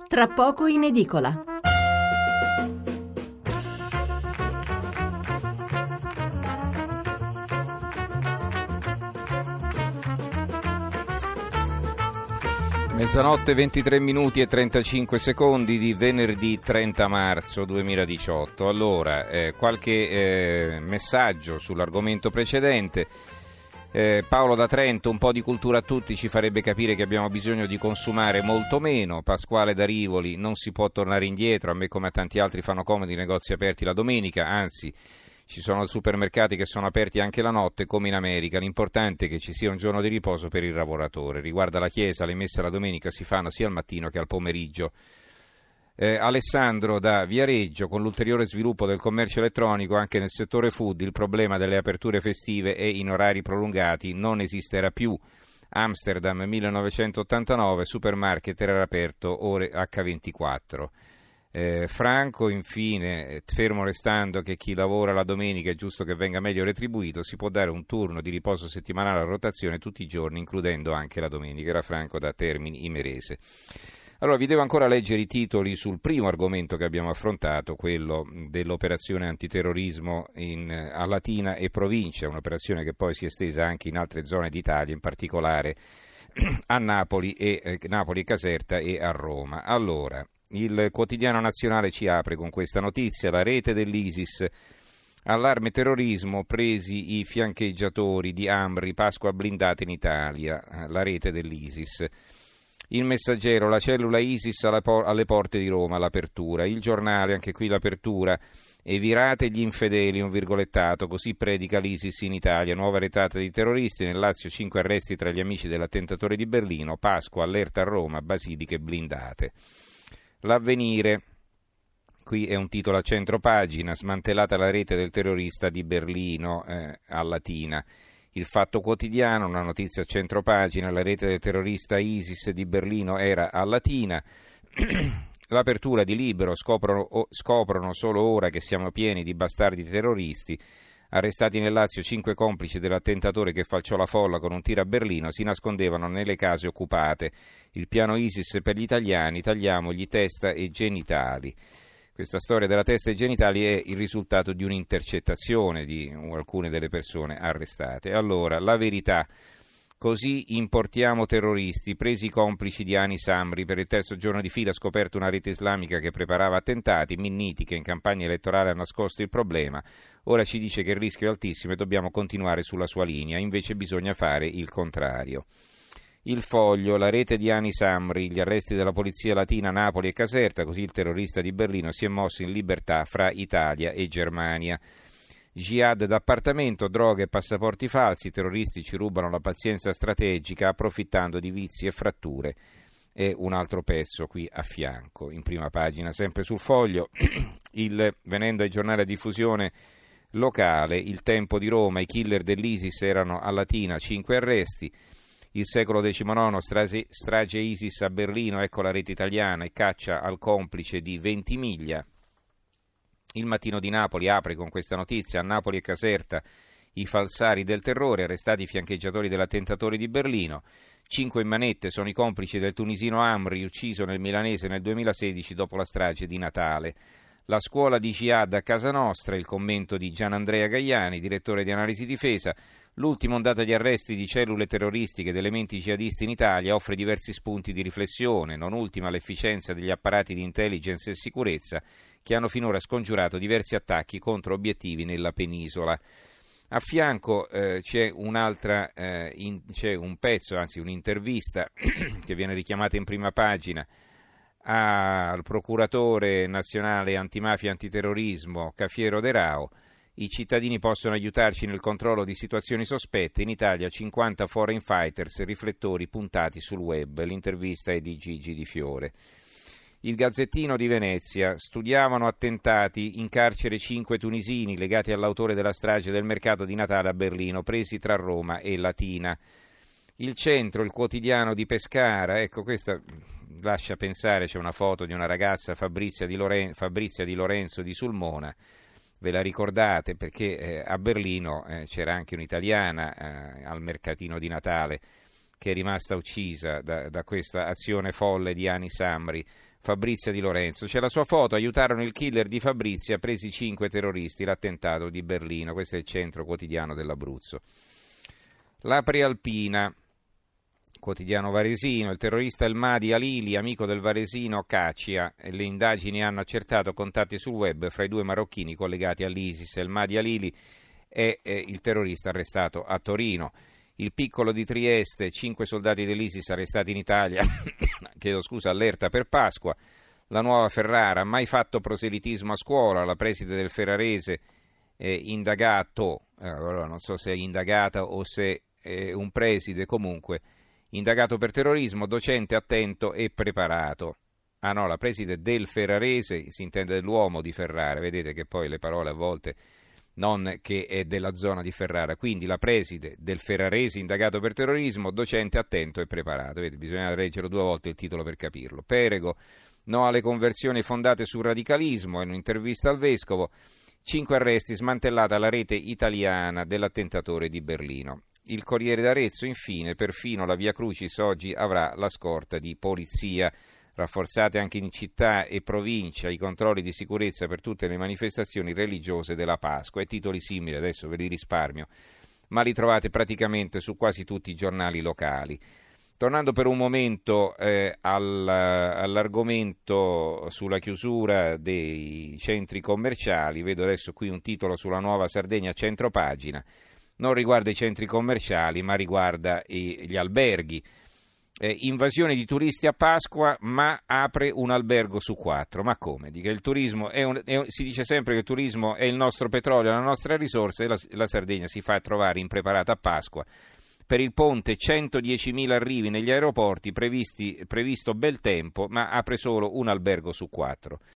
tra poco in edicola. Mezzanotte 23 minuti e 35 secondi di venerdì 30 marzo 2018. Allora, qualche messaggio sull'argomento precedente. Paolo da Trento: un po' di cultura a tutti ci farebbe capire che abbiamo bisogno di consumare molto meno. Pasquale da Rivoli: non si può tornare indietro, a me come a tanti altri fanno comodo i negozi aperti la domenica, anzi ci sono supermercati che sono aperti anche la notte come in America, l'importante è che ci sia un giorno di riposo per il lavoratore. Riguardo alla chiesa, le messe la domenica si fanno sia al mattino che al pomeriggio. Alessandro da Viareggio: con l'ulteriore sviluppo del commercio elettronico anche nel settore food il problema delle aperture festive e in orari prolungati non esisterà più. Amsterdam 1989, supermarket era aperto ore H24. Franco infine: fermo restando che chi lavora la domenica è giusto che venga meglio retribuito, si può dare un turno di riposo settimanale a rotazione tutti i giorni includendo anche la domenica. Era Franco da Termini Imerese. Allora vi devo ancora leggere i titoli sul primo argomento che abbiamo affrontato, quello dell'operazione antiterrorismo a Latina e provincia, un'operazione che poi si è estesa anche in altre zone d'Italia, in particolare a Napoli e Caserta e a Roma. Allora, il Quotidiano Nazionale ci apre con questa notizia: la rete dell'ISIS, allarme terrorismo, presi i fiancheggiatori di Amri, Pasqua blindata in Italia, la rete dell'ISIS. Il Messaggero: la cellula ISIS alle porte di Roma, l'apertura. Il Giornale, anche qui l'apertura: e virate gli infedeli, un virgolettato, così predica l'ISIS in Italia, nuova retata di terroristi, nel Lazio 5 arresti tra gli amici dell'attentatore di Berlino, Pasqua, allerta a Roma, basiliche blindate. L'Avvenire, qui è un titolo a centro pagina: smantellata la rete del terrorista di Berlino a Latina. Il Fatto Quotidiano, una notizia a centro pagina: la rete del terrorista ISIS di Berlino era a Latina. L'apertura di Libero: scoprono solo ora che siamo pieni di bastardi terroristi. Arrestati nel Lazio 5 complici dell'attentatore che falciò la folla con un tiro a Berlino, si nascondevano nelle case occupate. Il piano ISIS per gli italiani: tagliamogli testa e genitali. Questa storia della testa e genitali è il risultato di un'intercettazione di alcune delle persone arrestate. Allora, La Verità: così importiamo terroristi, presi i complici di Anis Amri, per il terzo giorno di fila scoperto una rete islamica che preparava attentati, Minniti che in campagna elettorale ha nascosto il problema, ora ci dice che il rischio è altissimo e dobbiamo continuare sulla sua linea, invece bisogna fare il contrario. Il Foglio: la rete di Anis Amri, gli arresti della polizia latina a Napoli e Caserta, così il terrorista di Berlino si è mosso in libertà fra Italia e Germania. Jihad d'appartamento, droghe e passaporti falsi, terroristi ci rubano la pazienza strategica approfittando di vizi e fratture. E un altro pezzo qui a fianco, in prima pagina, sempre sul Foglio, venendo ai giornali a diffusione locale: Il Tempo di Roma, i killer dell'ISIS erano a Latina, 5 arresti. Il Secolo XIX, strage ISIS a Berlino, ecco la rete italiana e caccia al complice di Ventimiglia. Il Mattino di Napoli apre con questa notizia: a Napoli e Caserta i falsari del terrore, arrestati i fiancheggiatori dell'attentatore di Berlino. 5 in manette sono i complici del tunisino Amri, ucciso nel Milanese nel 2016 dopo la strage di Natale. La scuola di Jihad a casa nostra, il commento di Gianandrea Gaiani, direttore di Analisi Difesa: l'ultima ondata di arresti di cellule terroristiche ed elementi jihadisti in Italia offre diversi spunti di riflessione, non ultima l'efficienza degli apparati di intelligence e sicurezza che hanno finora scongiurato diversi attacchi contro obiettivi nella penisola. A fianco c'è un pezzo, anzi un'intervista che viene richiamata in prima pagina al procuratore nazionale antimafia e antiterrorismo Cafiero De Rao. I cittadini possono aiutarci nel controllo di situazioni sospette. In Italia 50 foreign fighters, riflettori puntati sul web. L'intervista è di Gigi Di Fiore. Il Gazzettino di Venezia: studiavano attentati, in carcere 5 tunisini legati all'autore della strage del mercato di Natale a Berlino, presi tra Roma e Latina. Il Centro, il quotidiano di Pescara, ecco questa lascia pensare, c'è una foto di una ragazza, Fabrizia di Lorenzo di Sulmona. Ve la ricordate perché a Berlino c'era anche un'italiana al mercatino di Natale che è rimasta uccisa da questa azione folle di Anis Amri, Fabrizia Di Lorenzo. C'è la sua foto, aiutarono il killer di Fabrizia, presi 5 terroristi, l'attentato di Berlino. Questo è il Centro Quotidiano dell'Abruzzo. La Prealpina, quotidiano varesino, il terrorista El Mahdi Alili, amico del varesino Cacia, e le indagini hanno accertato contatti sul web fra i 2 marocchini collegati all'ISIS. El Mahdi Alili è il terrorista arrestato a Torino. Il Piccolo di Trieste, 5 soldati dell'ISIS arrestati in Italia, chiedo scusa, allerta per Pasqua. La Nuova Ferrara, mai fatto proselitismo a scuola, la preside del Ferrarese indagato, allora non so se è indagata o se è un preside, comunque, indagato per terrorismo, docente attento e preparato. Ah no, la preside del Ferrarese, si intende dell'uomo di Ferrara, vedete che poi le parole a volte non che è della zona di Ferrara, quindi la preside del Ferrarese indagato per terrorismo, docente attento e preparato. Vedete, bisogna leggerlo 2 volte il titolo per capirlo. Perego, no alle conversioni fondate sul radicalismo, in un'intervista al vescovo, 5 arresti, smantellata la rete italiana dell'attentatore di Berlino. Il Corriere d'Arezzo, infine, perfino la Via Crucis oggi avrà la scorta di polizia. Rafforzate anche in città e provincia i controlli di sicurezza per tutte le manifestazioni religiose della Pasqua. E titoli simili, adesso ve li risparmio, ma li trovate praticamente su quasi tutti i giornali locali. Tornando per un momento all'argomento sulla chiusura dei centri commerciali, vedo adesso qui un titolo sulla Nuova Sardegna, centropagina. Non riguarda i centri commerciali, ma riguarda gli alberghi. Invasione di turisti a Pasqua, ma apre un albergo su 4. Ma come? Dica, il turismo si dice sempre che il turismo è il nostro petrolio, la nostra risorsa, e la Sardegna si fa trovare impreparata a Pasqua. Per il ponte 110.000 arrivi negli aeroporti, previsto bel tempo, ma apre solo un albergo su 4.